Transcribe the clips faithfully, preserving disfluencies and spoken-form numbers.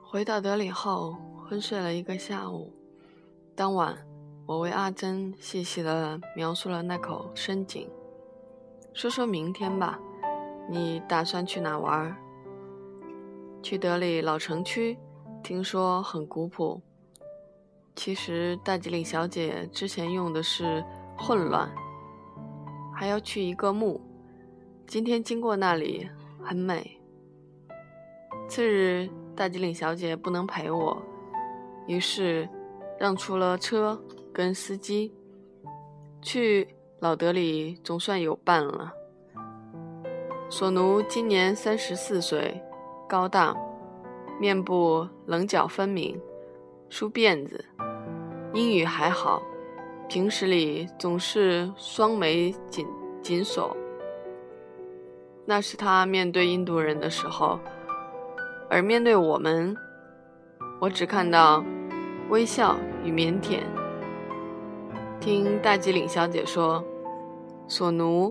回到德里后，昏睡了一个下午。当晚，我为阿珍细细地描述了那口深井。说说明天吧，你打算去哪玩？去德里老城区，听说很古朴。其实大吉岭小姐之前用的是混乱。还要去一个墓，今天经过那里，很美。次日大吉岭小姐不能陪我，于是让出了车跟司机，去老德里总算有伴了。索奴今年三十四岁，高大，面部棱角分明，梳辫子，英语还好，平时里总是双眉紧紧锁。那是他面对印度人的时候，而面对我们，我只看到微笑与腼腆。听大吉岭小姐说，索奴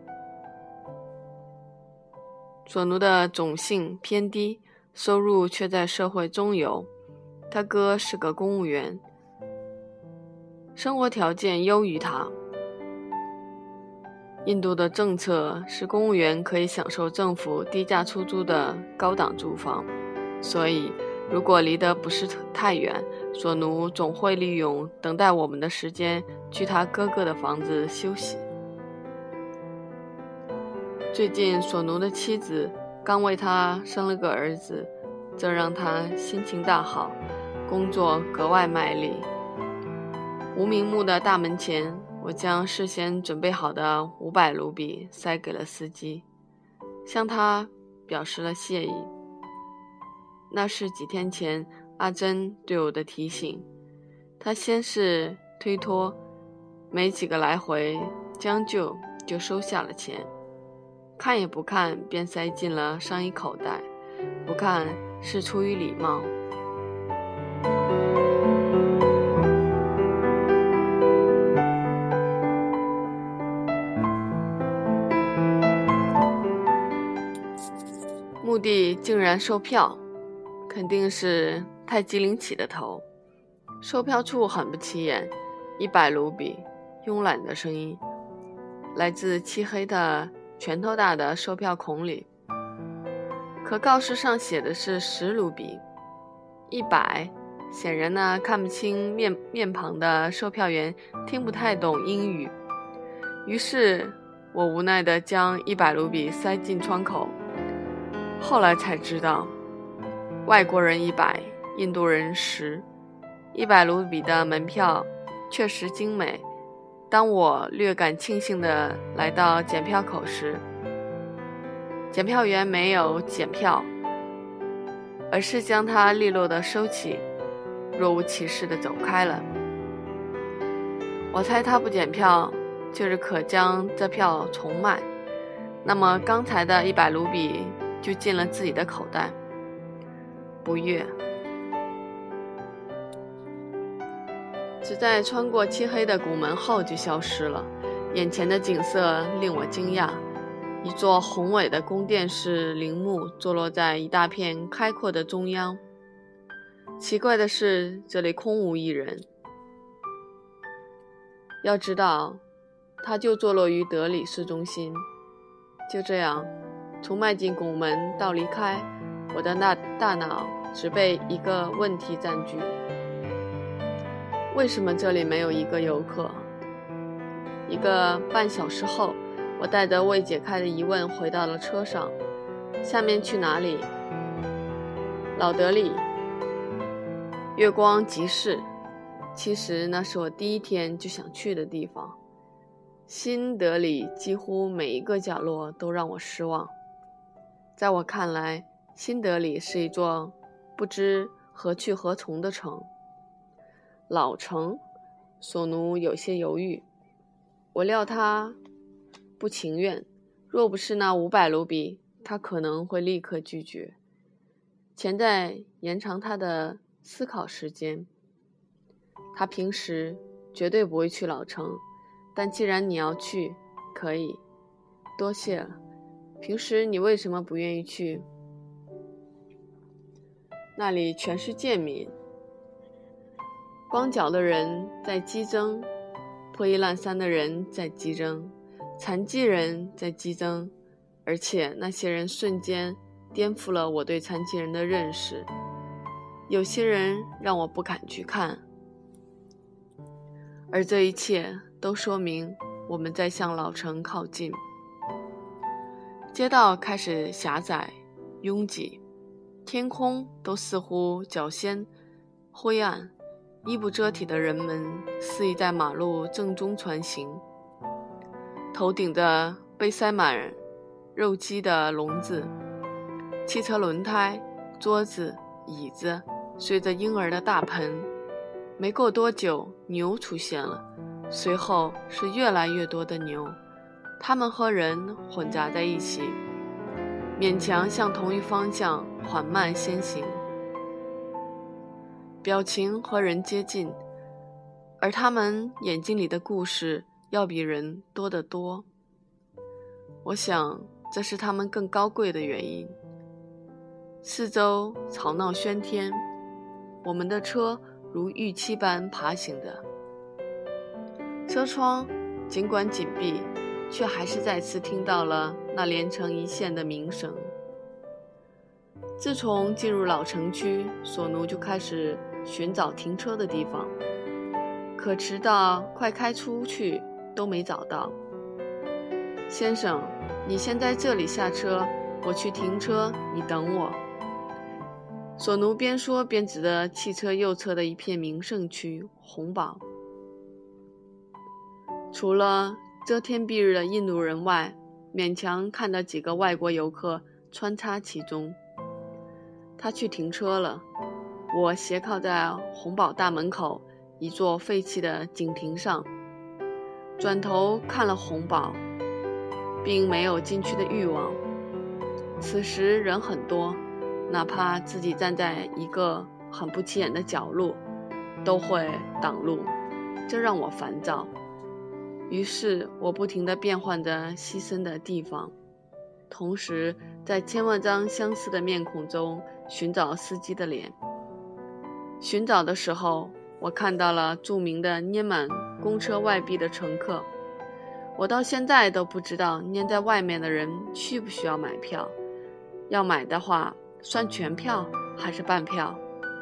索奴的种姓偏低，收入却在社会中游。他哥是个公务员，生活条件优于他。印度的政策是公务员可以享受政府低价出租的高档住房，所以如果离得不是太远，索奴总会利用等待我们的时间去他哥哥的房子休息。最近索奴的妻子刚为他生了个儿子，这让他心情大好，工作格外卖力。无名墓的大门前，我将事先准备好的五百卢比塞给了司机，向他表示了谢意。那是几天前阿珍对我的提醒，他先是推脱，没几个来回，将就就收下了钱，看也不看便塞进了上衣口袋，不看是出于礼貌。墓地竟然售票，肯定是泰姬陵起的头。售票处很不起眼，一百卢比，慵懒的声音来自漆黑的拳头大的售票孔里。可告示上写的是十卢比，一百，显然呢看不清面面庞的售票员听不太懂英语，于是我无奈地将一百卢比塞进窗口。后来才知道，外国人一百，印度人十，一百卢比的门票确实精美。当我略感庆幸地来到检票口时，检票员没有检票，而是将它利落地收起，若无其事地走开了。我猜他不检票，就是可将这票重卖，那么刚才的一百卢比就进了自己的口袋。不悦，只在穿过漆黑的古门后就消失了。眼前的景色令我惊讶，一座宏伟的宫殿式陵墓坐落在一大片开阔的中央。奇怪的是，这里空无一人。要知道，它就坐落于德里市中心。就这样，从迈进拱门到离开，我的那大脑只被一个问题占据：为什么这里没有一个游客？一个半小时后，我带着未解开的疑问回到了车上。下面去哪里？老德里，月光集市。其实那是我第一天就想去的地方。新德里几乎每一个角落都让我失望。在我看来，新德里是一座不知何去何从的城。老城，索奴有些犹豫。我料他不情愿，若不是那五百卢比，他可能会立刻拒绝。潜在延长他的思考时间。他平时绝对不会去老城，但既然你要去，可以，多谢了。平时你为什么不愿意去？ 那里全是贱民，光脚的人在激争，破衣烂衫的人在激争，残疾人在激争，而且那些人瞬间颠覆了我对残疾人的认识。有些人让我不敢去看，而这一切都说明我们在向老城靠近。街道开始狭窄拥挤，天空都似乎较先灰暗，衣不遮体的人们肆意在马路正中穿行，头顶的被塞满肉鸡的笼子，汽车轮胎、桌子、椅子随着婴儿的大盆。没过多久，牛出现了，随后是越来越多的牛，它们和人混杂在一起，勉强向同一方向缓慢先行，表情和人接近，而他们眼睛里的故事要比人多得多。我想这是他们更高贵的原因。四周吵闹喧天，我们的车如预期般爬行的，车窗尽管紧闭，却还是再次听到了那连成一线的鸣声。自从进入老城区，索奴就开始寻找停车的地方，可直到快开出去都没找到。先生，你先在这里下车，我去停车，你等我。索奴边说边指着汽车右侧的一片名胜区红堡。除了遮天蔽日的印度人外，勉强看到几个外国游客穿插其中。他去停车了，我斜靠在红堡大门口一座废弃的警亭上，转头看了红堡，并没有进去的欲望。此时人很多，哪怕自己站在一个很不起眼的角落都会挡路，这让我烦躁。于是我不停地变换着栖身的地方，同时在千万张相似的面孔中寻找司机的脸。寻找的时候，我看到了著名的粘满公车外壁的乘客。我到现在都不知道粘在外面的人需不需要买票，要买的话算全票还是半票。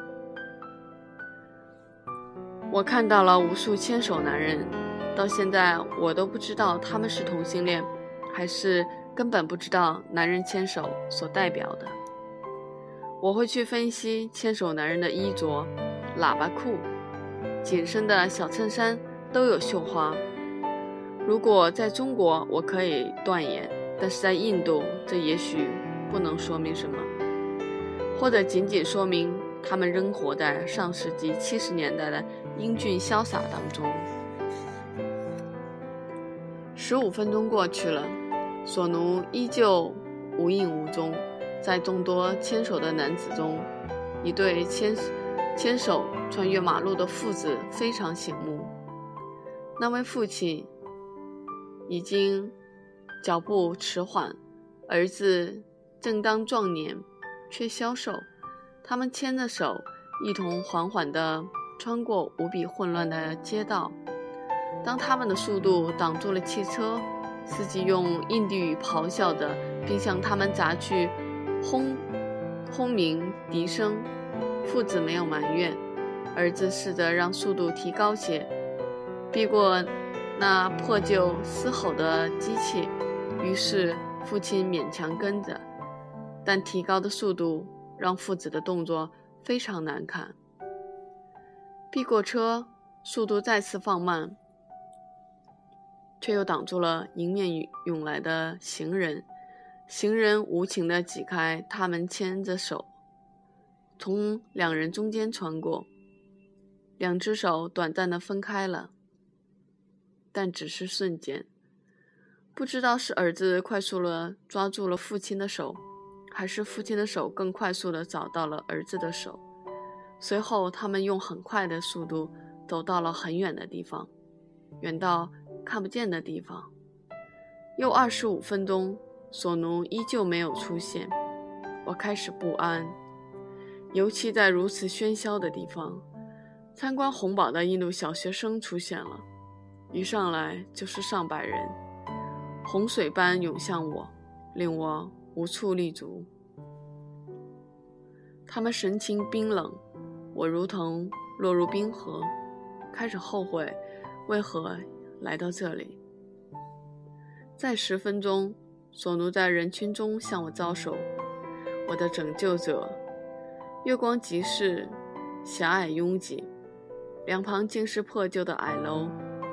我看到了无数牵手男人，到现在我都不知道他们是同性恋，还是根本不知道男人牵手所代表的。我会去分析牵手男人的衣着，喇叭裤、紧身的小衬衫都有绣花。如果在中国我可以断言，但是在印度这也许不能说明什么，或者仅仅说明他们仍活在上世纪七十年代的英俊潇洒当中。十五分钟过去了，索奴依旧无影无踪。在众多牵手的男子中，一对牵牵手穿越马路的父子非常醒目。那位父亲已经脚步迟缓，儿子正当壮年，却消瘦。他们牵着手，一同缓缓地穿过无比混乱的街道。当他们的速度挡住了汽车，司机用印地语咆哮着，并向他们砸去轰轰鸣笛声。父子没有埋怨，儿子试着让速度提高些，避过那破旧嘶吼的机器，于是父亲勉强跟着，但提高的速度让父子的动作非常难看。避过车，速度再次放慢，却又挡住了迎面涌来的行人。行人无情地挤开他们牵着手，从两人中间穿过，两只手短暂地分开了，但只是瞬间。不知道是儿子快速地抓住了父亲的手，还是父亲的手更快速地找到了儿子的手。随后他们用很快的速度走到了很远的地方，远到看不见的地方。又二十五分钟，索奴依旧没有出现，我开始不安。 尤其在如此喧嚣的地方，参观红堡的印度小学生出现了，一上来就是上百人，洪水般涌向我，令我无处立足。他们神情冰冷，我如同落入冰河，开始后悔为何来到这里。在十分钟，索奴在人群中向我招手，我的拯救者。月光集市狭隘拥挤，两旁尽是破旧的矮楼，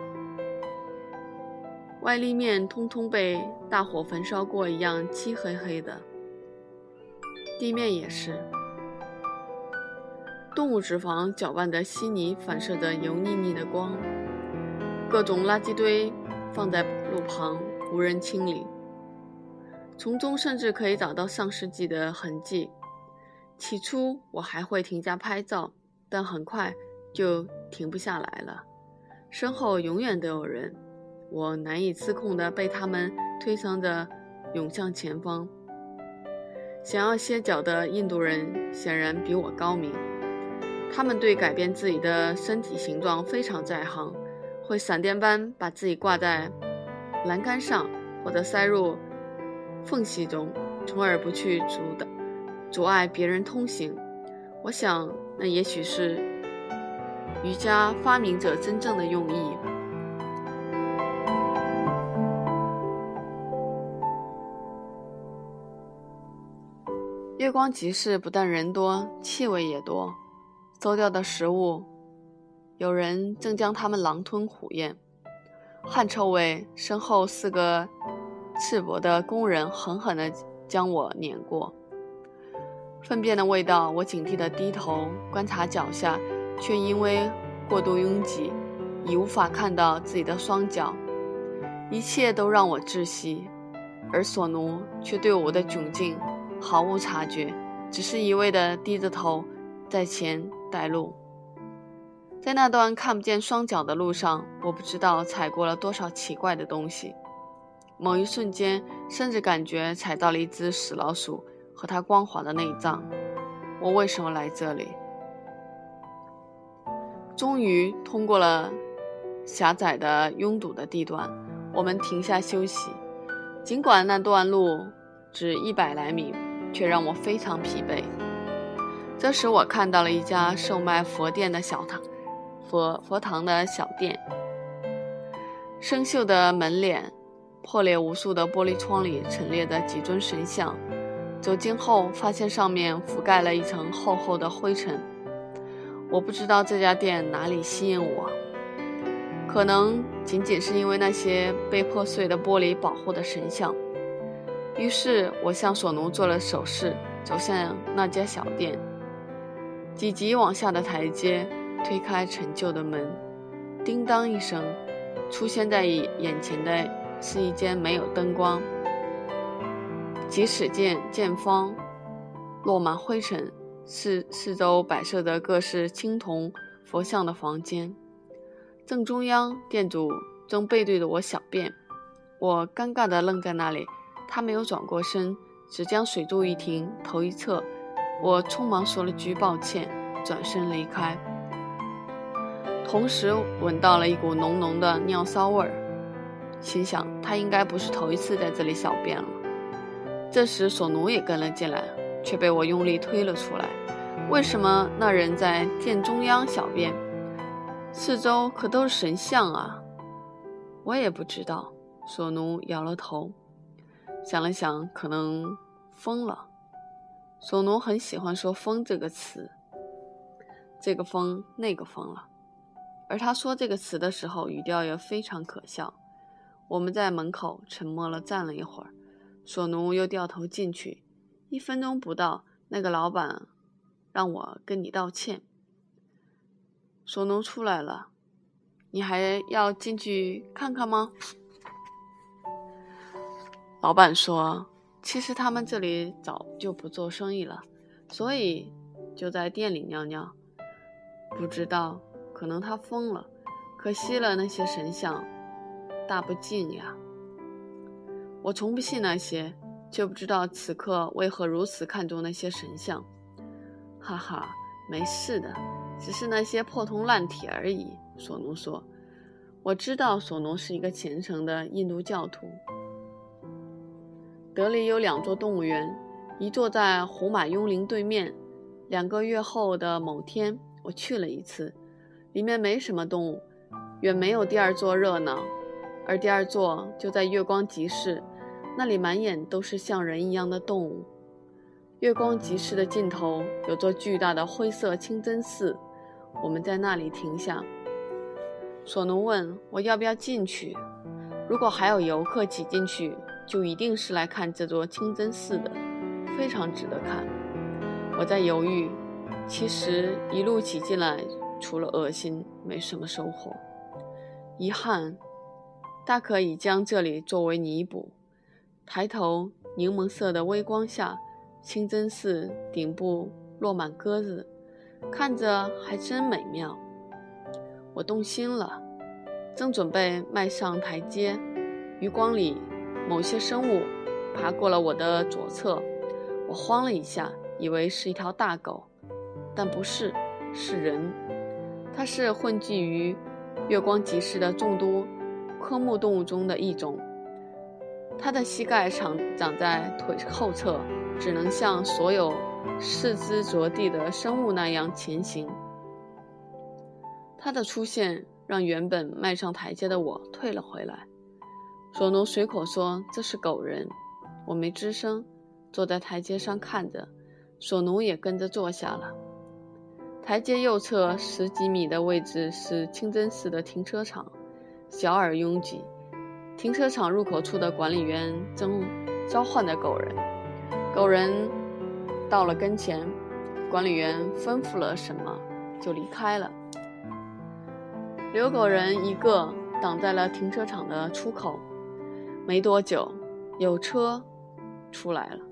外立面通通被大火焚烧过一样漆黑黑的，地面也是动物脂肪搅拌的稀泥反射着油腻腻的光，各种垃圾堆放在路旁无人清理，从中甚至可以找到上世纪的痕迹。起初我还会停下拍照，但很快就停不下来了，身后永远都有人，我难以自控地被他们推搡着涌向前方。想要歇脚的印度人显然比我高明，他们对改变自己的身体形状非常在行，会闪电般把自己挂在栏杆上或者塞入缝隙中，从而不去阻挡阻碍别人通行。我想那也许是瑜伽发明者真正的用意。月光集市不但人多，气味也多，馊掉的食物，有人正将它们狼吞虎咽，汗臭味，身后四个赤膊的工人狠狠地将我碾过。粪便的味道，我警惕地低头观察脚下，却因为过度拥挤，已无法看到自己的双脚，一切都让我窒息，而索奴却对我的窘境毫无察觉，只是一味地低着头在前带路。在那段看不见双脚的路上，我不知道踩过了多少奇怪的东西，某一瞬间甚至感觉踩到了一只死老鼠和它光滑的内脏。我为什么来这里？终于通过了狭窄的拥堵的地段，我们停下休息。尽管那段路只一百来米，却让我非常疲惫。这时我看到了一家售卖佛殿的小堂佛佛堂的小店，生锈的门脸，破裂无数的玻璃窗里陈列着几尊神像。走近后发现上面覆盖了一层厚厚的灰尘。我不知道这家店哪里吸引我，可能仅仅是因为那些被破碎的玻璃保护的神像。于是我向索奴做了手势，走向那家小店。几级往下的台阶，推开陈旧的门，叮当一声，出现在眼前的是一间没有灯光，即使见见方，落满灰尘，四四周摆设着各式青铜佛像的房间。正中央，店主正背对着我小便，我尴尬地愣在那里。他没有转过身，只将水柱一停，头一侧。我匆忙说了句抱歉，转身离开，同时闻到了一股浓浓的尿骚味儿，心想他应该不是头一次在这里小便了。这时索奴也跟了进来，却被我用力推了出来。为什么那人在店中央小便？四周可都是神像啊！我也不知道。索奴摇了头，想了想，可能疯了。索奴很喜欢说疯这个词，这个疯那个疯了，而他说这个词的时候语调也非常可笑。我们在门口沉默了站了一会儿，索奴又掉头进去。一分钟不到，那个老板让我跟你道歉。索奴出来了，你还要进去看看吗？老板说，其实他们这里早就不做生意了，所以就在店里尿尿。不知道，可能他疯了，可惜了那些神像，大不敬呀。我从不信那些，却不知道此刻为何如此看重那些神像。 哈哈，没事的，只是那些破铜烂铁而已，索奴说。我知道索奴是一个虔诚的印度教徒。德里有两座动物园，一座在胡马雍林对面。两个月后的某天，我去了一次，里面没什么动物，远没有第二座热闹，而第二座就在月光集市，那里满眼都是像人一样的动物。月光集市的尽头有座巨大的灰色清真寺，我们在那里停下。索奴问我要不要进去，如果还有游客挤进去，就一定是来看这座清真寺的，非常值得看。我在犹豫，其实一路挤进来，除了恶心，没什么收获。遗憾，大可以将这里作为弥补。抬头，柠檬色的微光下，清真寺顶部落满鸽子，看着还真美妙。我动心了，正准备迈上台阶，余光里某些生物爬过了我的左侧，我慌了一下，以为是一条大狗，但不是，是人。它是混迹于月光集市的众多科目动物中的一种，它的膝盖长长在腿后侧，只能像所有四肢着地的生物那样前行。它的出现让原本迈上台阶的我退了回来。索奴随口说这是狗人，我没吱声，坐在台阶上看着，索奴也跟着坐下了。台阶右侧十几米的位置是清真寺的停车场，小而拥挤。停车场入口处的管理员正召唤着狗人，狗人到了跟前，管理员吩咐了什么就离开了，留狗人一个挡在了停车场的出口。没多久，有车出来了，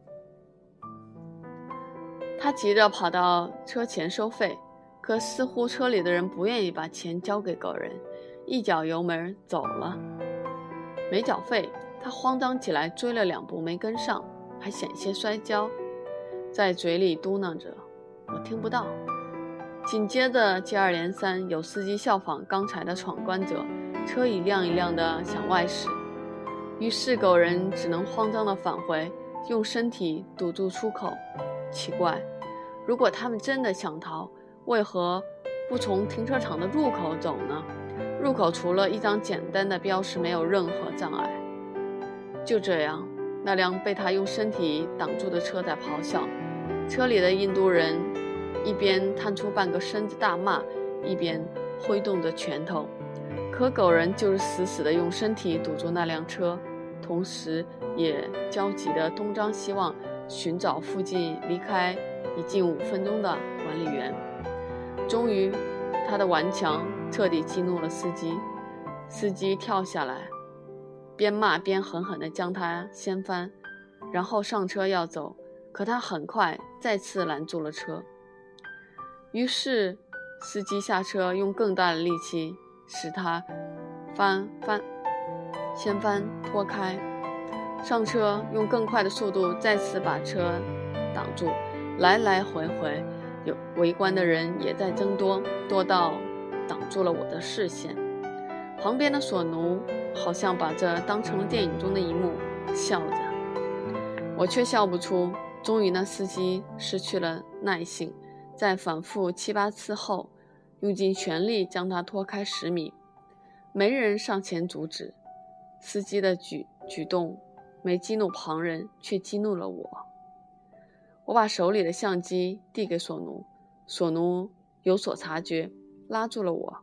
他急着跑到车前收费，可似乎车里的人不愿意把钱交给狗人，一脚油门走了。没缴费，他慌张起来，追了两步没跟上，还险些摔跤，在嘴里嘟囔着我听不到。紧接着接二连三，有司机效仿刚才的闯关者，车一辆一辆地向外驶，于是狗人只能慌张地返回，用身体堵住出口。奇怪，如果他们真的想逃，为何不从停车场的入口走呢？入口除了一张简单的标识，没有任何障碍。就这样，那辆被他用身体挡住的车在咆哮，车里的印度人一边探出半个身子大骂，一边挥动着拳头，可狗人就是死死地用身体堵住那辆车，同时也焦急地东张西望，寻找附近离开已近五分钟的管理员。终于，他的顽强彻底激怒了司机，司机跳下来，边骂边狠狠地将他掀翻，然后上车要走，可他很快再次拦住了车。于是司机下车，用更大的力气使他翻翻掀翻脱开，上车用更快的速度再次把车挡住，来来回回，有围观的人也在增多，多到挡住了我的视线。旁边的索奴好像把这当成了电影中的一幕，笑着，我却笑不出。终于那司机失去了耐性，在反复七八次后，用尽全力将他拖开十米，没人上前阻止。司机的举举动没激怒旁人，却激怒了我。我把手里的相机递给索奴，索奴有所察觉，拉住了我，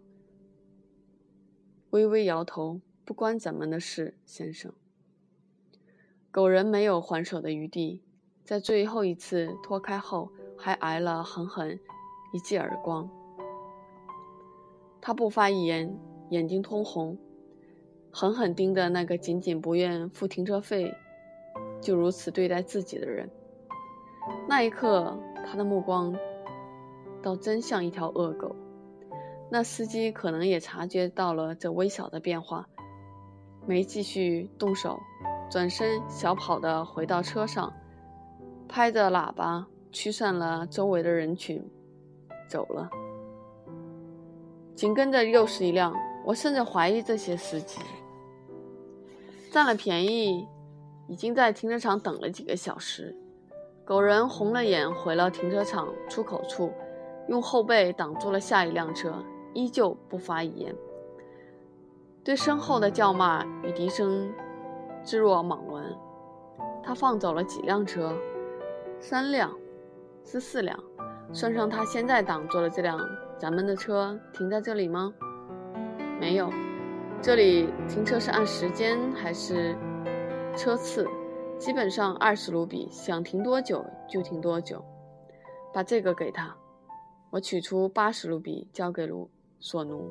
微微摇头，不关咱们的事，先生。狗人没有还手的余地，在最后一次脱开后，还挨了狠狠一记耳光。他不发一言，眼睛通红，狠狠盯着那个仅仅不愿付停车费就如此对待自己的人。那一刻，他的目光倒真像一条恶狗。那司机可能也察觉到了这微小的变化，没继续动手，转身小跑地回到车上，拍着喇叭驱散了周围的人群，走了。紧跟着又是一辆，我甚至怀疑这些司机占了便宜，已经在停车场等了几个小时。狗人红了眼，回了停车场出口处，用后背挡住了下一辆车，依旧不发一言，对身后的叫骂与笛声置若罔闻。他放走了几辆车？三辆，是四辆，算上他现在挡住了这辆咱们的车停在这里吗？没有，这里停车是按时间还是车次？基本上二十卢比，想停多久就停多久。把这个给他，我取出八十卢比交给卢索奴。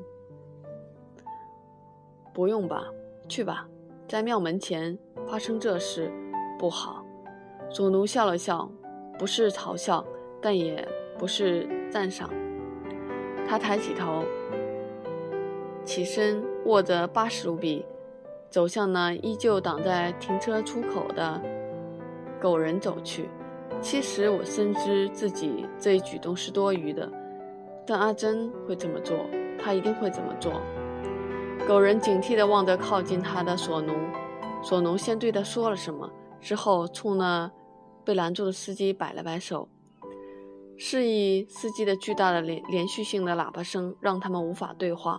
不用吧，去吧，在庙门前发生这事不好。索奴笑了笑，不是嘲笑，但也不是赞赏。他抬起头，起身握着八十卢比，走向那依旧挡在停车出口的狗人走去。其实我深知自己这一举动是多余的，但阿珍会这么做，他一定会这么做。狗人警惕地望着靠近他的索奴，索奴先对他说了什么，之后冲那被拦住的司机摆了摆手，示意司机的巨大的连连续性的喇叭声让他们无法对话。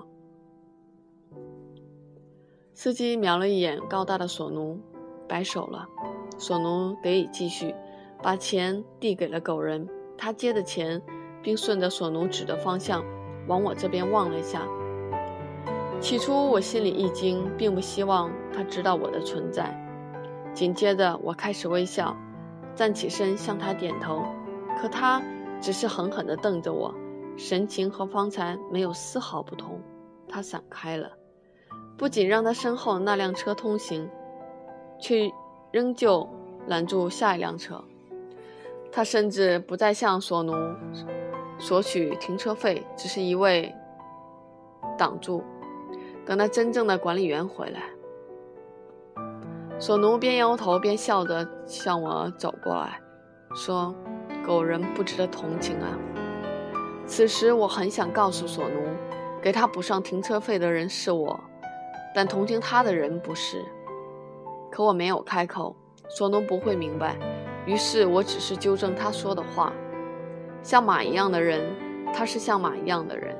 司机瞄了一眼高大的索奴，摆手了。索奴得以继续，把钱递给了狗人。他接着钱，并顺着索奴指的方向往我这边望了一下。起初我心里一惊，并不希望他知道我的存在。紧接着我开始微笑，站起身向他点头，可他只是狠狠地瞪着我，神情和方才没有丝毫不同。他闪开了，不仅让他身后那辆车通行，却仍旧拦住下一辆车。他甚至不再向索奴索取停车费，只是一味挡住，等那真正的管理员回来。索奴边摇头边笑着向我走过来，说：“狗人不值得同情啊。”此时我很想告诉索奴，给他补上停车费的人是我，但同情他的人不是。可我没有开口，索奴不会明白，于是我只是纠正他说的话。像马一样的人，他是像马一样的人。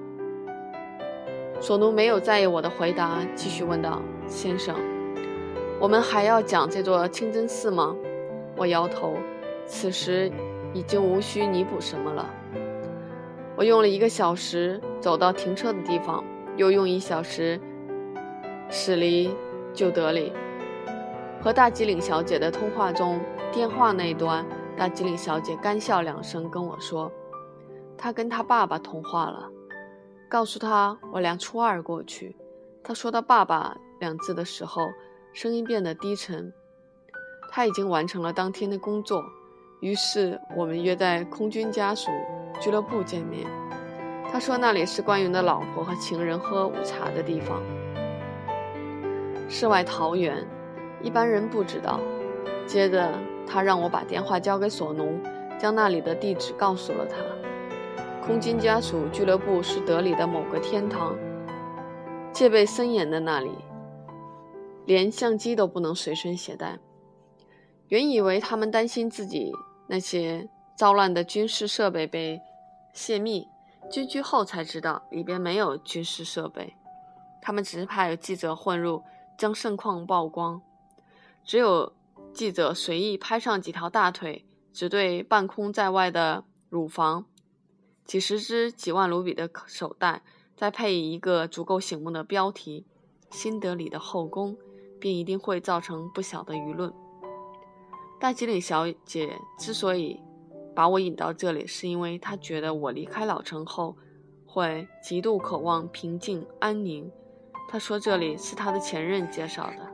索奴没有在意我的回答，继续问道：“先生，我们还要讲这座清真寺吗？”我摇头，此时已经无需弥补什么了。我用了一个小时走到停车的地方，又用一小时驶离旧德里。和大吉岭小姐的通话中，电话那端，大吉岭小姐干笑两声跟我说，她跟她爸爸通话了，告诉她我俩初二过去。她说到爸爸两字的时候，声音变得低沉。他已经完成了当天的工作，于是我们约在空军家属俱乐部见面。他说那里是官员的老婆和情人喝午茶的地方，世外桃源，一般人不知道。接着他让我把电话交给索奴，将那里的地址告诉了他。空军家属俱乐部是德里的某个天堂，戒备森严的那里，连相机都不能随身携带。原以为他们担心自己那些糟烂的军事设备被泄密，进去后才知道里边没有军事设备，他们只是怕有记者混入将盛况曝光。只有记者随意拍上几条大腿，只对半空在外的乳房，几十只几万卢比的手袋，再配以一个足够醒目的标题，新德里的后宫，便一定会造成不小的舆论。大吉岭小姐之所以把我引到这里，是因为她觉得我离开老城后会极度渴望平静安宁。她说这里是她的前任介绍的，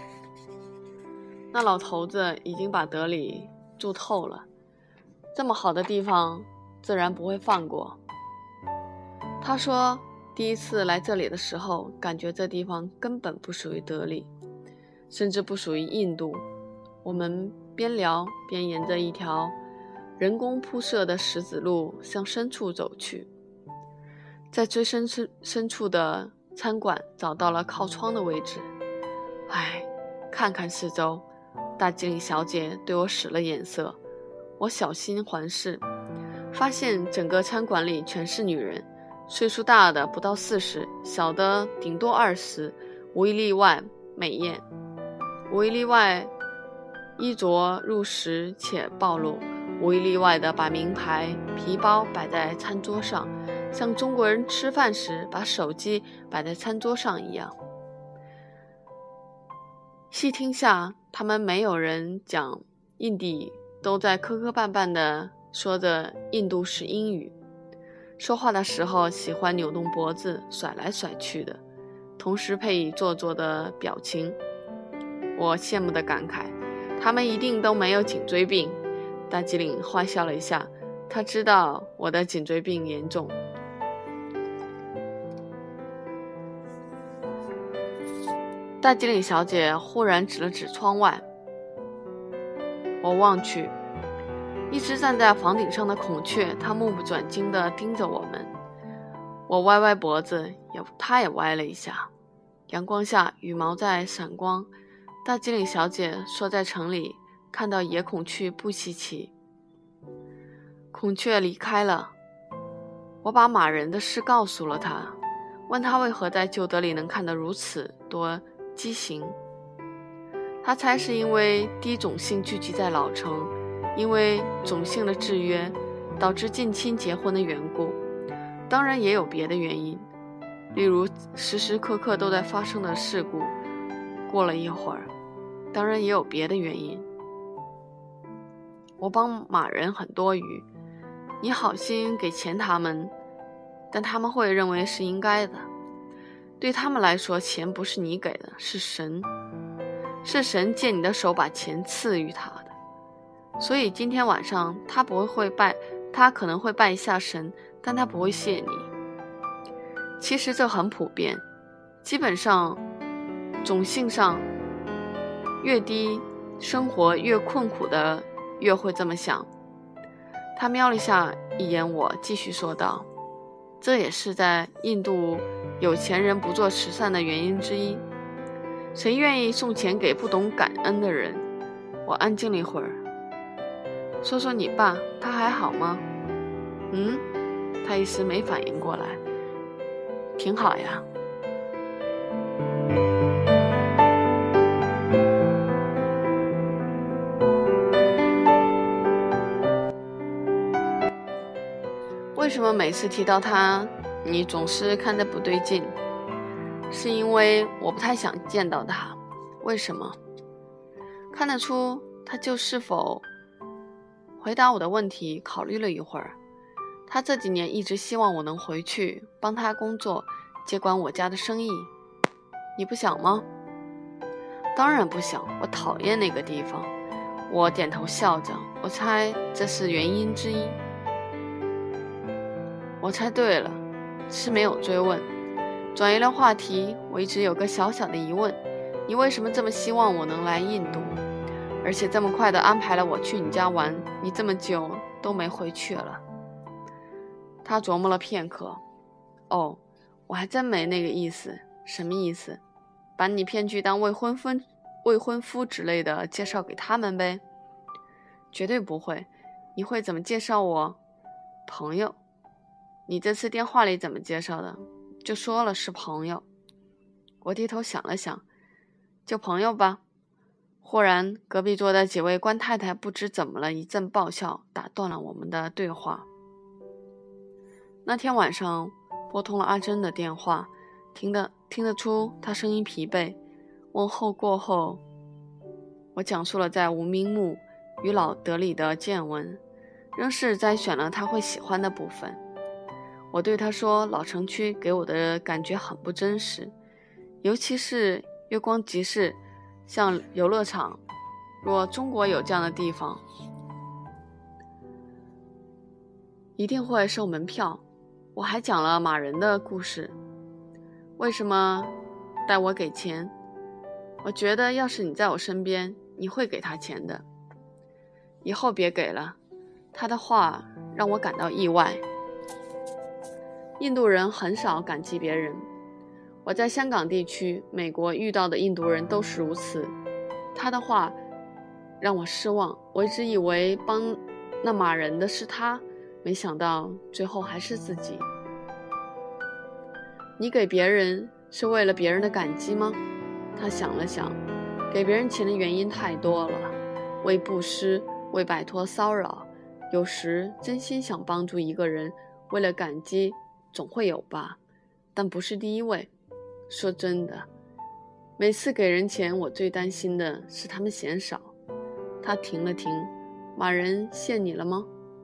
那老头子已经把德里住透了，这么好的地方自然不会放过。他说第一次来这里的时候，感觉这地方根本不属于德里，甚至不属于印度。我们边聊边沿着一条人工铺设的石子路向深处走去。在最深深处的餐馆找到了靠窗的位置。唉，看看四周，大机灵小姐对我使了眼色。我小心环视，发现整个餐馆里全是女人，岁数大的不到四十，小的顶多二十，无一例外美艳，无一例外衣着入时且暴露，无一例外的把名牌皮包摆在餐桌上，像中国人吃饭时把手机摆在餐桌上一样。细听下，他们没有人讲印地，都在磕磕绊绊地说着印度式英语，说话的时候喜欢扭动脖子甩来甩去的，同时配以做作的表情。我羡慕地感慨，他们一定都没有颈椎病。大机灵坏笑了一下，他知道我的颈椎病严重。大机灵小姐忽然指了指窗外，我望去，一只站在房顶上的孔雀，它目不转睛地盯着我们。我歪歪脖子，也它也歪了一下。阳光下，羽毛在闪光。大机灵小姐说，在城里看到野孔雀不稀奇。孔雀离开了，我把马人的事告诉了他，问他为何在旧德里能看得如此多畸形。他猜是因为低种姓聚集在老城，因为种姓的制约导致近亲结婚的缘故，当然也有别的原因，例如时时刻刻都在发生的事故。过了一会儿，当然也有别的原因。我帮马人很多余，你好心给钱他们，但他们会认为是应该的。对他们来说，钱不是你给的，是神，是神借你的手把钱赐予他的。所以今天晚上他不会拜，他可能会拜一下神，但他不会谢你。其实这很普遍，基本上种姓上越低，生活越困苦的越会这么想。他瞄了一下一眼我，继续说道，这也是在印度有钱人不做慈善的原因之一。谁愿意送钱给不懂感恩的人？我安静了一会儿，说说你爸，他还好吗？嗯，他一时没反应过来。挺好呀。为什么每次提到他，你总是看着不对劲？是因为我不太想见到他。为什么？看得出他就是否回答我的问题考虑了一会儿。他这几年一直希望我能回去帮他工作，接管我家的生意。你不想吗？当然不想，我讨厌那个地方。我点头笑着，我猜这是原因之一。我猜对了，是没有追问。转移了话题，我一直有个小小的疑问，你为什么这么希望我能来印度，而且这么快地安排了我去你家玩，你这么久都没回去了？他琢磨了片刻，哦，我还真没那个意思。什么意思？把你骗去当未婚夫未婚夫之类的介绍给他们呗？绝对不会。你会怎么介绍我？朋友。你这次电话里怎么介绍的？就说了是朋友。我低头想了想，就朋友吧。忽然隔壁桌的几位官太太不知怎么了，一阵爆笑打断了我们的对话。那天晚上拨通了阿珍的电话，听得听得出她声音疲惫。问候过后，我讲述了在无名墓与老德里的见闻，仍是摘选了她会喜欢的部分。我对她说，老城区给我的感觉很不真实，尤其是月光集市，像游乐场，若中国有这样的地方，一定会收门票。我还讲了马人的故事，为什么带我给钱？我觉得要是你在我身边，你会给他钱的。以后别给了， 他的话让我感到意外。印度人很少感激别人，我在香港地区、美国遇到的印度人都是如此。他的话让我失望，我一直以为帮那马人的是他，没想到最后还是自己。你给别人是为了别人的感激吗？他想了想，给别人钱的原因太多了，为布施，为摆脱骚扰，有时真心想帮助一个人，为了感激总会有吧，但不是第一位。说真的，每次给人钱，我最担心的是他们嫌少。他停了停，马人谢你了吗？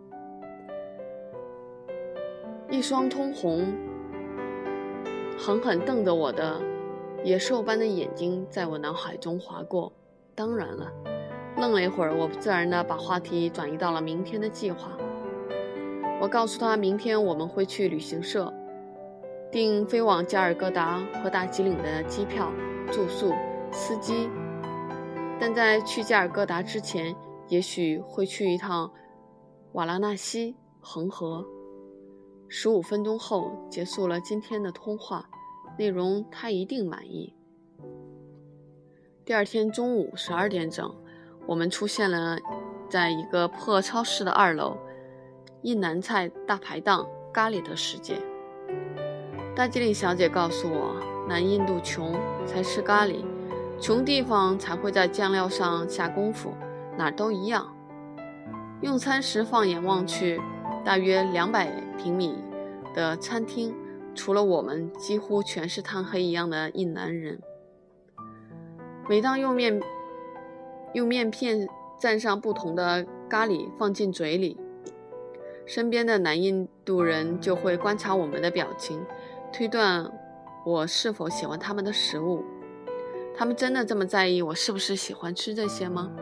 一双通红狠狠瞪着我的野兽般的眼睛在我脑海中划过。当然了，愣了一会儿，我自然地把话题转移到了明天的计划。我告诉他，明天我们会去旅行社订飞往加尔各答和大吉岭的机票、住宿、司机，但在去加尔各答之前，也许会去一趟瓦拉纳西、恒河。十五分钟后结束了今天的通话，内容他一定满意。第二天中午十二点整，我们出现了在一个破超市的二楼，印南菜大排档咖喱的世界。大吉岭小姐告诉我，南印度穷才吃咖喱，穷地方才会在酱料上下功夫，哪儿都一样。用餐时放眼望去，大约两百平米的餐厅，除了我们，几乎全是炭黑一样的印南人。每当用面用面片蘸上不同的咖喱放进嘴里，身边的南印度人就会观察我们的表情，推断我是否喜欢他们的食物。他们真的这么在意我是不是喜欢吃这些吗？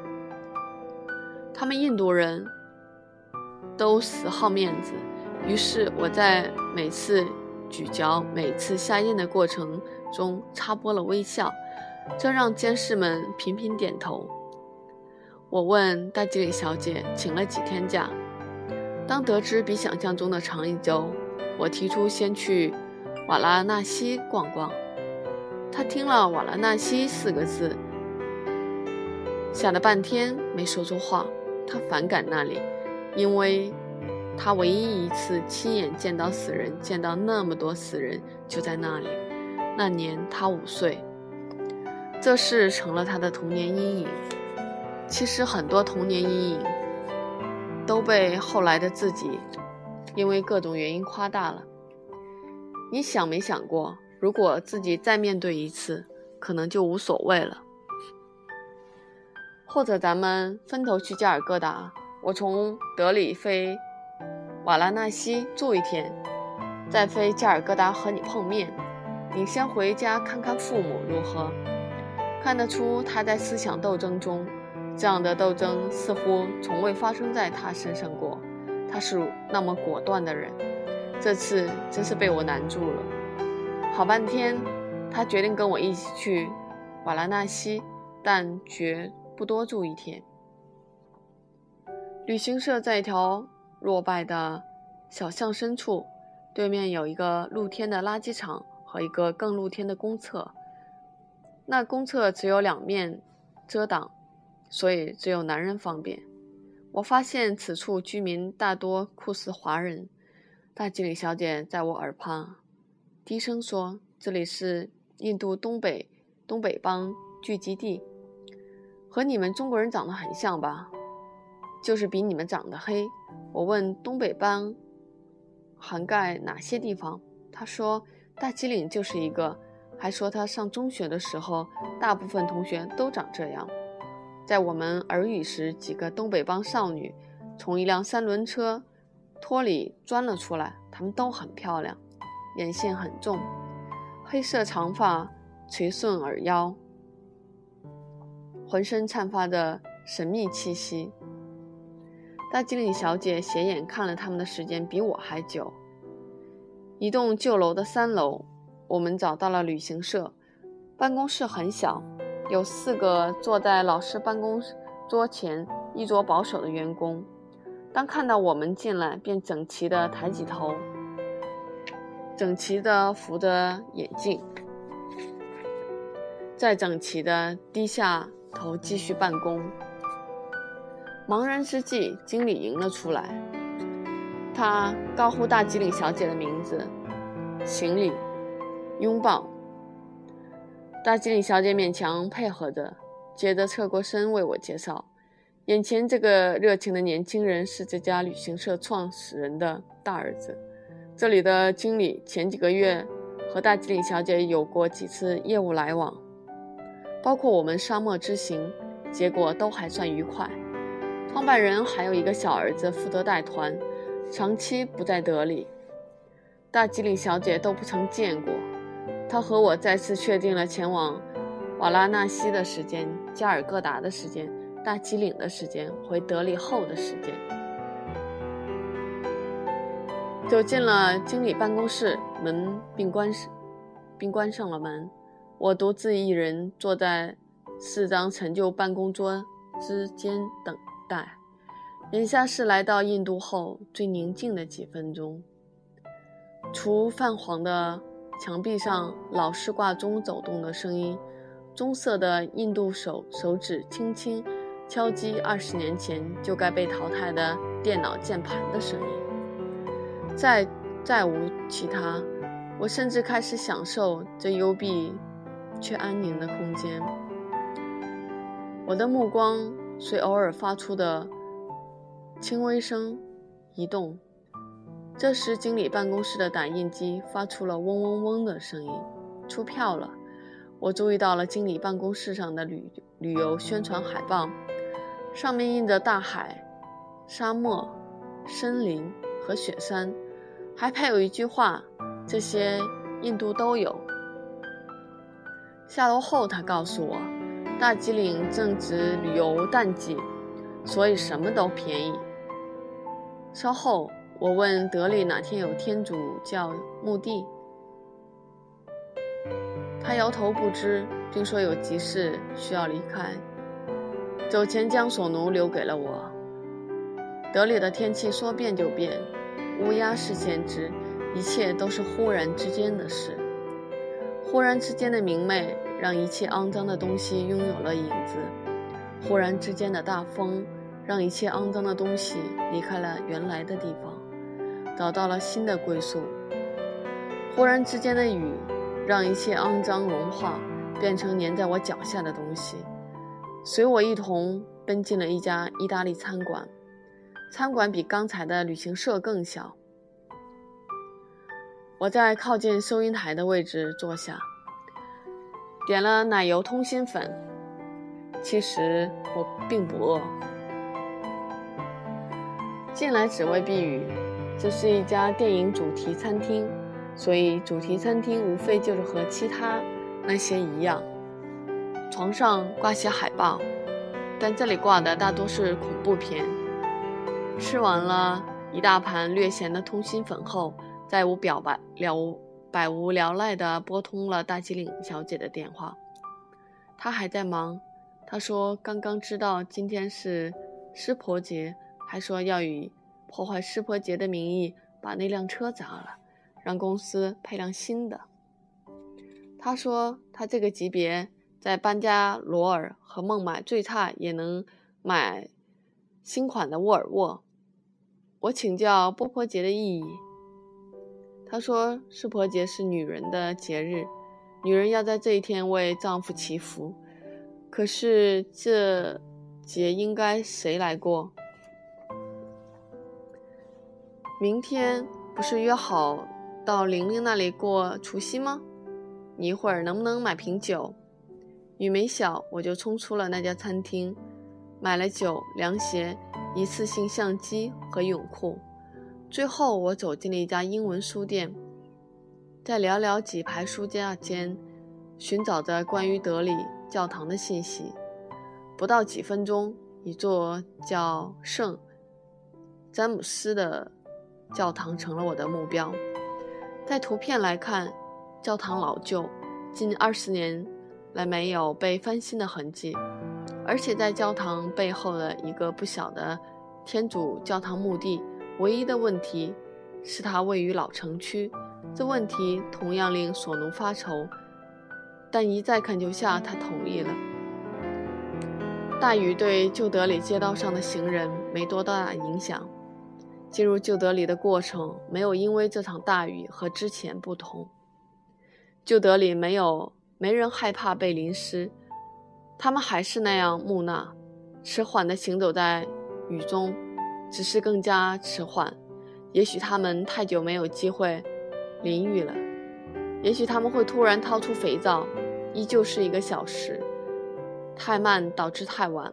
他们印度人都死好面子，于是我在每次咀嚼、每次下咽的过程中插播了微笑，这让监视们频频点头。我问大吉岭小姐请了几天假，当得知比想象中的长一周，我提出先去瓦拉纳西逛逛。她听了瓦拉纳西四个字，想了半天没说出话。她反感那里，因为她唯一一次亲眼见到死人，见到那么多死人，就在那里。那年她五岁，这事成了她的童年阴影。其实很多童年阴影都被后来的自己因为各种原因夸大了。你想没想过，如果自己再面对一次，可能就无所谓了。或者咱们分头去加尔各答，我从德里飞瓦拉纳西住一天，再飞加尔各答和你碰面。你先回家看看父母如何？看得出他在思想斗争中，这样的斗争似乎从未发生在他身上过。他是那么果断的人，这次真是被我难住了。好半天，他决定跟我一起去瓦拉纳西，但绝不多住一天。旅行社在一条落败的小巷深处，对面有一个露天的垃圾场和一个更露天的公厕。那公厕只有两面遮挡，所以只有男人方便。我发现此处居民大多酷似华人。大吉岭小姐在我耳旁低声说，这里是印度东北东北邦聚集地，和你们中国人长得很像吧，就是比你们长得黑。我问东北邦涵盖哪些地方，他说大吉岭就是一个，还说他上中学的时候大部分同学都长这样。在我们耳语时，几个东北邦少女从一辆三轮车托里钻了出来，她们都很漂亮，眼线很重，黑色长发垂顺耳腰，浑身散发着神秘气息。大吉岭小姐斜眼看了他们的时间比我还久。一栋旧楼的三楼，我们找到了旅行社。办公室很小，有四个坐在老师办公桌前衣着保守的员工， 当看到我们进来，便整齐地抬起头，整齐地扶着眼镜，再整齐地低下头继续办公。茫然之际，经理迎了出来，他高呼大吉岭小姐的名字，行礼拥抱。大吉岭小姐勉强配合着，接着侧过身为我介绍，眼前这个热情的年轻人是这家旅行社创始人的大儿子。这里的经理前几个月和大吉岭小姐有过几次业务来往，包括我们沙漠之行，结果都还算愉快。创办人还有一个小儿子负责带团，长期不在德里，大吉岭小姐都不曾见过。她和我再次确定了前往瓦拉纳西的时间、加尔各答的时间、大吉岭的时间、回德里后的时间。走进了经理办公室门并关并关上了门，我独自一人坐在四张陈旧办公桌之间等待。眼下是来到印度后最宁静的几分钟，除泛黄的墙壁上老式挂钟走动的声音，棕色的印度手手指轻轻敲击二十年前就该被淘汰的电脑键盘的声音，再再无其他。我甚至开始享受这幽闭却安宁的空间。我的目光随偶尔发出的轻微声移动，这时经理办公室的打印机发出了嗡嗡嗡的声音，出票了。我注意到了经理办公室上的旅旅游宣传海报，上面印着大海、沙漠、森林和雪山，还配有一句话，这些印度都有。下楼后他告诉我，大吉岭正值旅游淡季，所以什么都便宜。稍后我问德里哪天有天主教墓地，他摇头不知，并说有急事需要离开，走前将手奴留给了我。德里的天气说变就变，乌鸦是先知，一切都是忽然之间的事。忽然之间的明媚让一切肮脏的东西拥有了影子，忽然之间的大风让一切肮脏的东西离开了原来的地方，找到了新的归宿。忽然之间的雨让一切肮脏融化，变成粘在我脚下的东西。随我一同奔进了一家意大利餐馆，餐馆比刚才的旅行社更小。我在靠近收银台的位置坐下，点了奶油通心粉。其实我并不饿。进来只为避雨，这是一家电影主题餐厅，所以主题餐厅无非就是和其他那些一样，床上挂些海报，但这里挂的大多是恐怖片。吃完了一大盘略咸的通心粉后，再无表白了百无聊赖地拨通了大吉岭小姐的电话。她还在忙，她说刚刚知道今天是湿婆节，还说要以破坏湿婆节的名义把那辆车砸了，让公司配辆新的。她说她这个级别在班加罗尔和孟买最差也能买新款的沃尔沃。我请教波婆节的意义，她说湿婆节是女人的节日，女人要在这一天为丈夫祈福，可是这节应该谁来过？明天不是约好到玲玲那里过除夕吗？你一会儿能不能买瓶酒？雨没小，我就冲出了那家餐厅，买了酒、凉鞋、一次性相机和泳裤。最后我走进了一家英文书店，在寥寥几排书架间寻找着关于德里教堂的信息。不到几分钟，一座叫圣詹姆斯的教堂成了我的目标。在图片来看，教堂老旧，近二十年来没有被翻新的痕迹，而且在教堂背后的一个不小的天主教堂墓地，唯一的问题是它位于老城区。这问题同样令索奴发愁，但一再恳求下，他同意了。大雨对旧德里街道上的行人没多大影响。进入旧德里的过程没有因为这场大雨和之前不同。旧德里没有没人害怕被淋湿，他们还是那样木讷，迟缓地行走在雨中，只是更加迟缓。也许他们太久没有机会淋雨了，也许他们会突然掏出肥皂，依旧是一个小时。太慢导致太晚。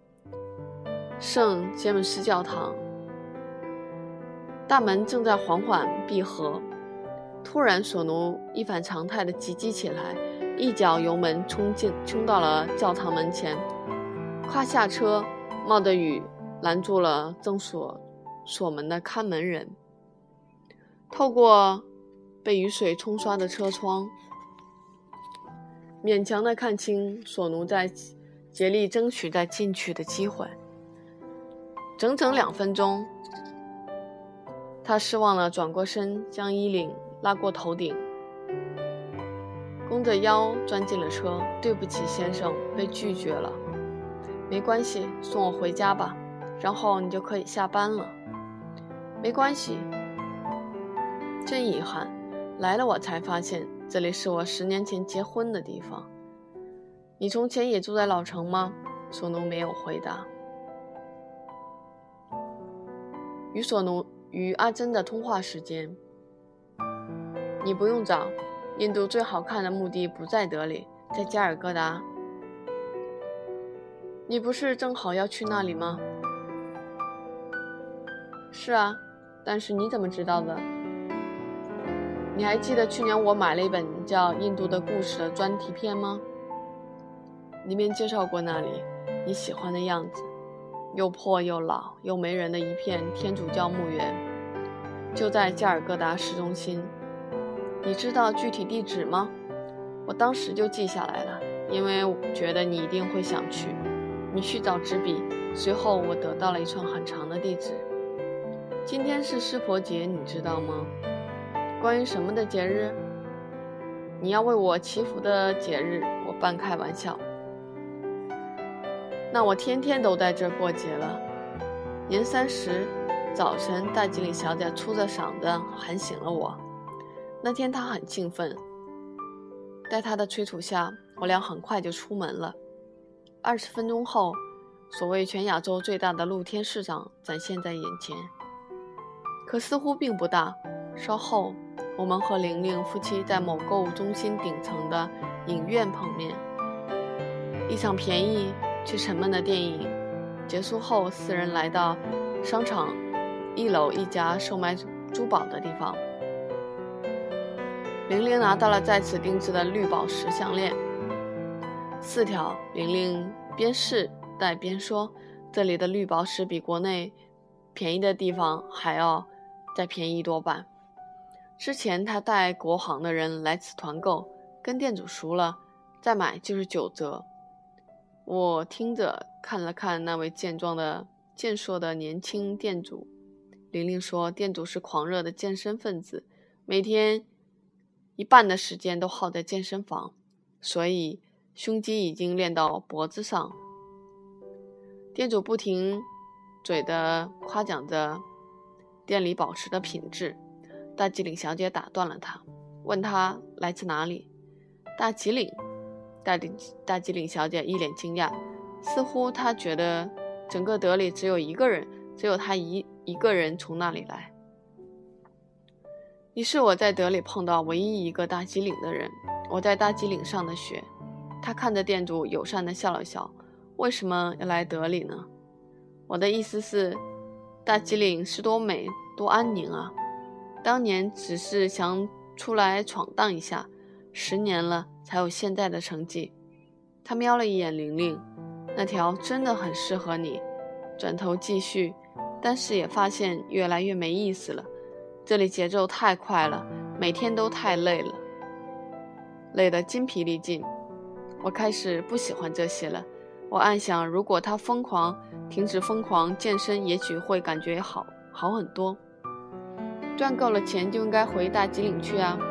圣杰姆斯教堂大门正在缓缓闭合，突然索奴一反常态地急急起来，一脚油门冲进冲到了教堂门前，跨下车，冒着雨拦住了正锁锁门的看门人。透过被雨水冲刷的车窗，勉强地看清索奴在竭力争取再进去的机会。整整两分钟，他失望地转过身，将衣领拉过头顶，弓着腰钻进了车。对不起，先生，被拒绝了。没关系，送我回家吧，然后你就可以下班了。没关系，真遗憾，来了我才发现这里是我十年前结婚的地方。你从前也住在老城吗？索奴没有回答。与索奴与阿珍的通话时间。你不用找，印度最好看的墓地不在德里，在加尔各答。你不是正好要去那里吗？是啊，但是你怎么知道的？你还记得去年我买了一本叫《印度的故事》的专题片吗？里面介绍过那里，你喜欢的样子，又破又老又没人的一片天主教墓园，就在加尔各答市中心。你知道具体地址吗？我当时就记下来了，因为我觉得你一定会想去。你去找纸笔，随后我得到了一串很长的地址。今天是湿婆节，你知道吗？关于什么的节日？你要为我祈福的节日，我半开玩笑。那我天天都在这儿过节了。年三十早晨，大吉岭小姐粗着嗓子喊醒了我。那天她很兴奋，在她的催促下，我俩很快就出门了。二十分钟后，所谓全亚洲最大的露天市场展现在眼前，可似乎并不大。稍后，我们和玲玲夫妻在某购物中心顶层的影院碰面。一场便宜却沉闷的电影结束后，四人来到商场一楼一家售卖珠宝的地方。玲玲拿到了在此定制的绿宝石项链，四条。玲玲边试戴边说，这里的绿宝石比国内便宜的地方还要再便宜多半。之前她带国行的人来此团购，跟店主熟了，再买就是九折。我听着看了看那位健壮的健硕的年轻店主。玲玲说，店主是狂热的健身分子，每天一半的时间都耗在健身房，所以胸肌已经练到脖子上。店主不停嘴地夸奖着店里宝石的品质。大吉岭小姐打断了他，问他来自哪里。大吉岭。大吉大吉岭小姐一脸惊讶，似乎她觉得整个德里只有一个人，只有她一一个人从那里来。你是我在德里碰到唯一一个大吉岭的人，我在大吉岭上的学。他看着店主友善地笑了笑，为什么要来德里呢？我的意思是，大吉岭是多美多安宁啊，当年只是想出来闯荡一下，十年了才有现在的成绩。他瞄了一眼玲玲，那条真的很适合你。转头继续，但是也发现越来越没意思了。这里节奏太快了，每天都太累了，累得筋疲力尽。我开始不喜欢这些了。 我暗想，如果他疯狂，停止疯狂健身，也许会感觉好好很多。赚够了钱就应该回大吉岭去啊。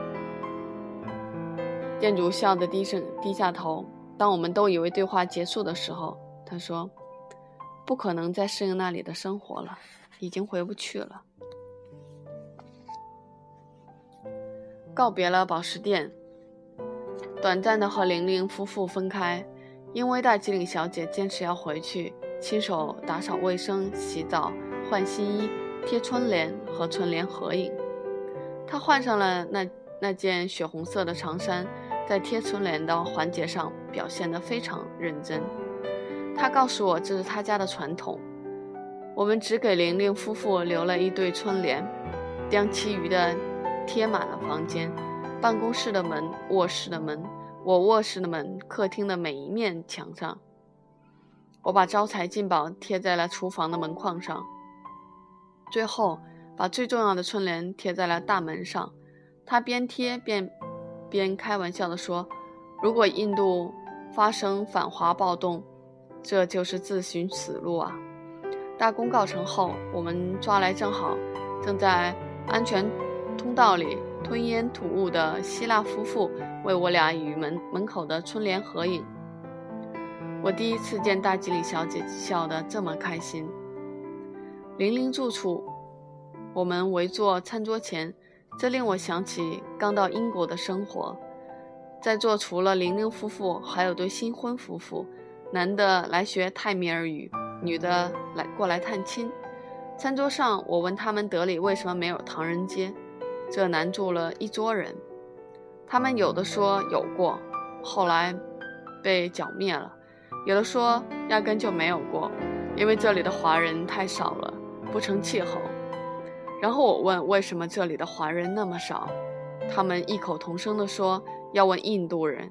店主笑得低声低下头。当我们都以为对话结束的时候，他说，不可能再适应那里的生活了，已经回不去了。告别了宝石店，短暂的和玲玲夫妇分开，因为大吉岭小姐坚持要回去，亲手打扫卫生、洗澡、换新衣、贴春联和春联合影。她换上了那那件血红色的长衫，在贴春联的环节上表现得非常认真。她告诉我这是她家的传统。我们只给玲玲夫妇留了一对春联，将其余的贴满了房间、办公室的门、卧室的门、我卧室的门、客厅的每一面墙上。我把招财进宝贴在了厨房的门框上，最后把最重要的春联贴在了大门上。他边贴边边开玩笑地说，如果印度发生反华暴动，这就是自寻死路啊。大功告成后，我们抓来正好正在安全通道里吞烟吐雾的希腊夫妇为我俩与门门口的春联合影。我第一次见大吉岭小姐笑得这么开心。玲玲住处，我们围坐餐桌前，这令我想起刚到英国的生活。在座除了玲玲夫妇，还有对新婚夫妇，男的来学泰米尔语，女的来过来探亲。餐桌上，我问他们德里为什么没有唐人街，这难住了一桌人。他们有的说有过，后来被剿灭了；有的说压根就没有过，因为这里的华人太少了，不成气候。然后我问为什么这里的华人那么少，他们异口同声地说要问印度人。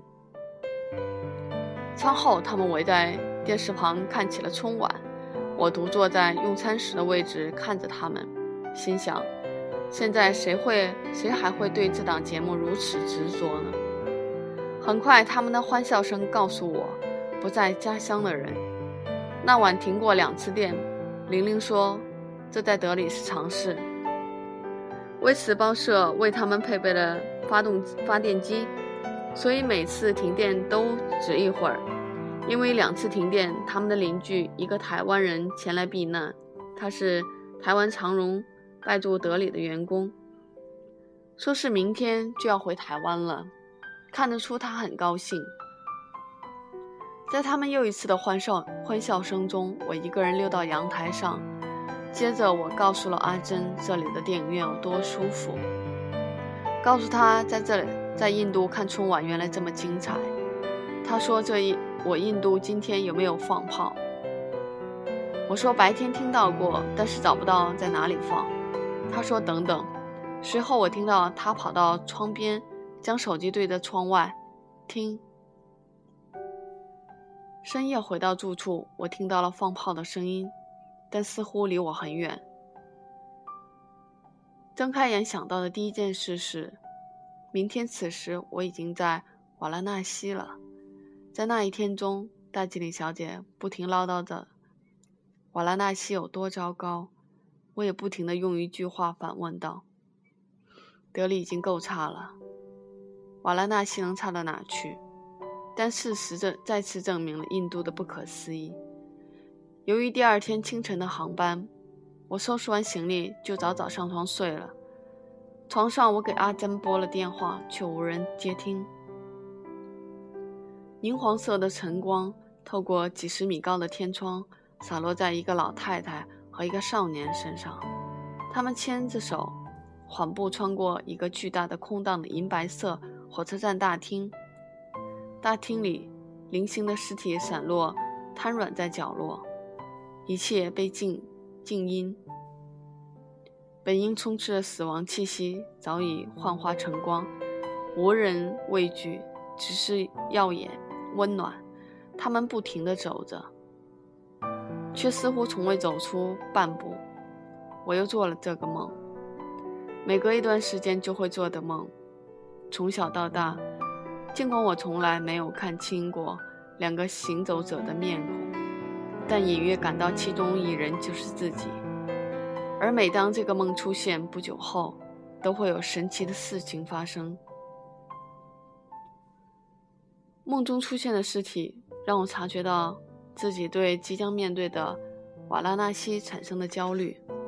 餐后，他们围在电视旁看起了春晚，我独坐在用餐时的位置看着他们，心想，现在谁会谁还会对这档节目如此执着呢？很快，他们的欢笑声告诉我，不在家乡的人。那晚停过两次电，玲玲说，这在德里是常事。威茨报社为他们配备了发动发电机，所以每次停电都只一会儿。因为两次停电，他们的邻居一个台湾人前来避难，他是台湾长荣派驻德里的员工，说是明天就要回台湾了，看得出他很高兴。在他们又一次的欢笑欢笑声中，我一个人溜到阳台上，接着我告诉了阿珍这里的电影院有多舒服，告诉他在这里在印度看春晚原来这么精彩。他说这一我印度今天有没有放炮？我说白天听到过，但是找不到在哪里放。他说等等。随后我听到他跑到窗边，将手机对着窗外听。深夜回到住处，我听到了放炮的声音，但似乎离我很远。睁开眼想到的第一件事是，明天此时我已经在瓦拉纳西了。在那一天中，大吉岭小姐不停唠叨着瓦拉纳西有多糟糕，我也不停地用一句话反问道，德里已经够差了，瓦拉纳西能差到哪去？但事实这再次证明了印度的不可思议。由于第二天清晨的航班，我收拾完行李就早早上床睡了。床上我给阿珍拨了电话，却无人接听。银黄色的晨光透过几十米高的天窗，洒落在一个老太太和一个少年身上。他们牵着手，缓步穿过一个巨大的空荡的银白色火车站大厅。大厅里，零星的尸体散落，瘫软在角落，一切被静静音。本应充斥的死亡气息早已幻化成光，无人畏惧，只是耀眼温暖。他们不停地走着，却似乎从未走出半步。我又做了这个梦，每隔一段时间就会做的梦。从小到大，尽管我从来没有看清过两个行走者的面孔， 但隐约感到其中一人就是自己。而每当这个梦出现，不久后都会有神奇的事情发生。梦中出现的尸体让我察觉到自己对即将面对的瓦拉纳西产生的焦虑。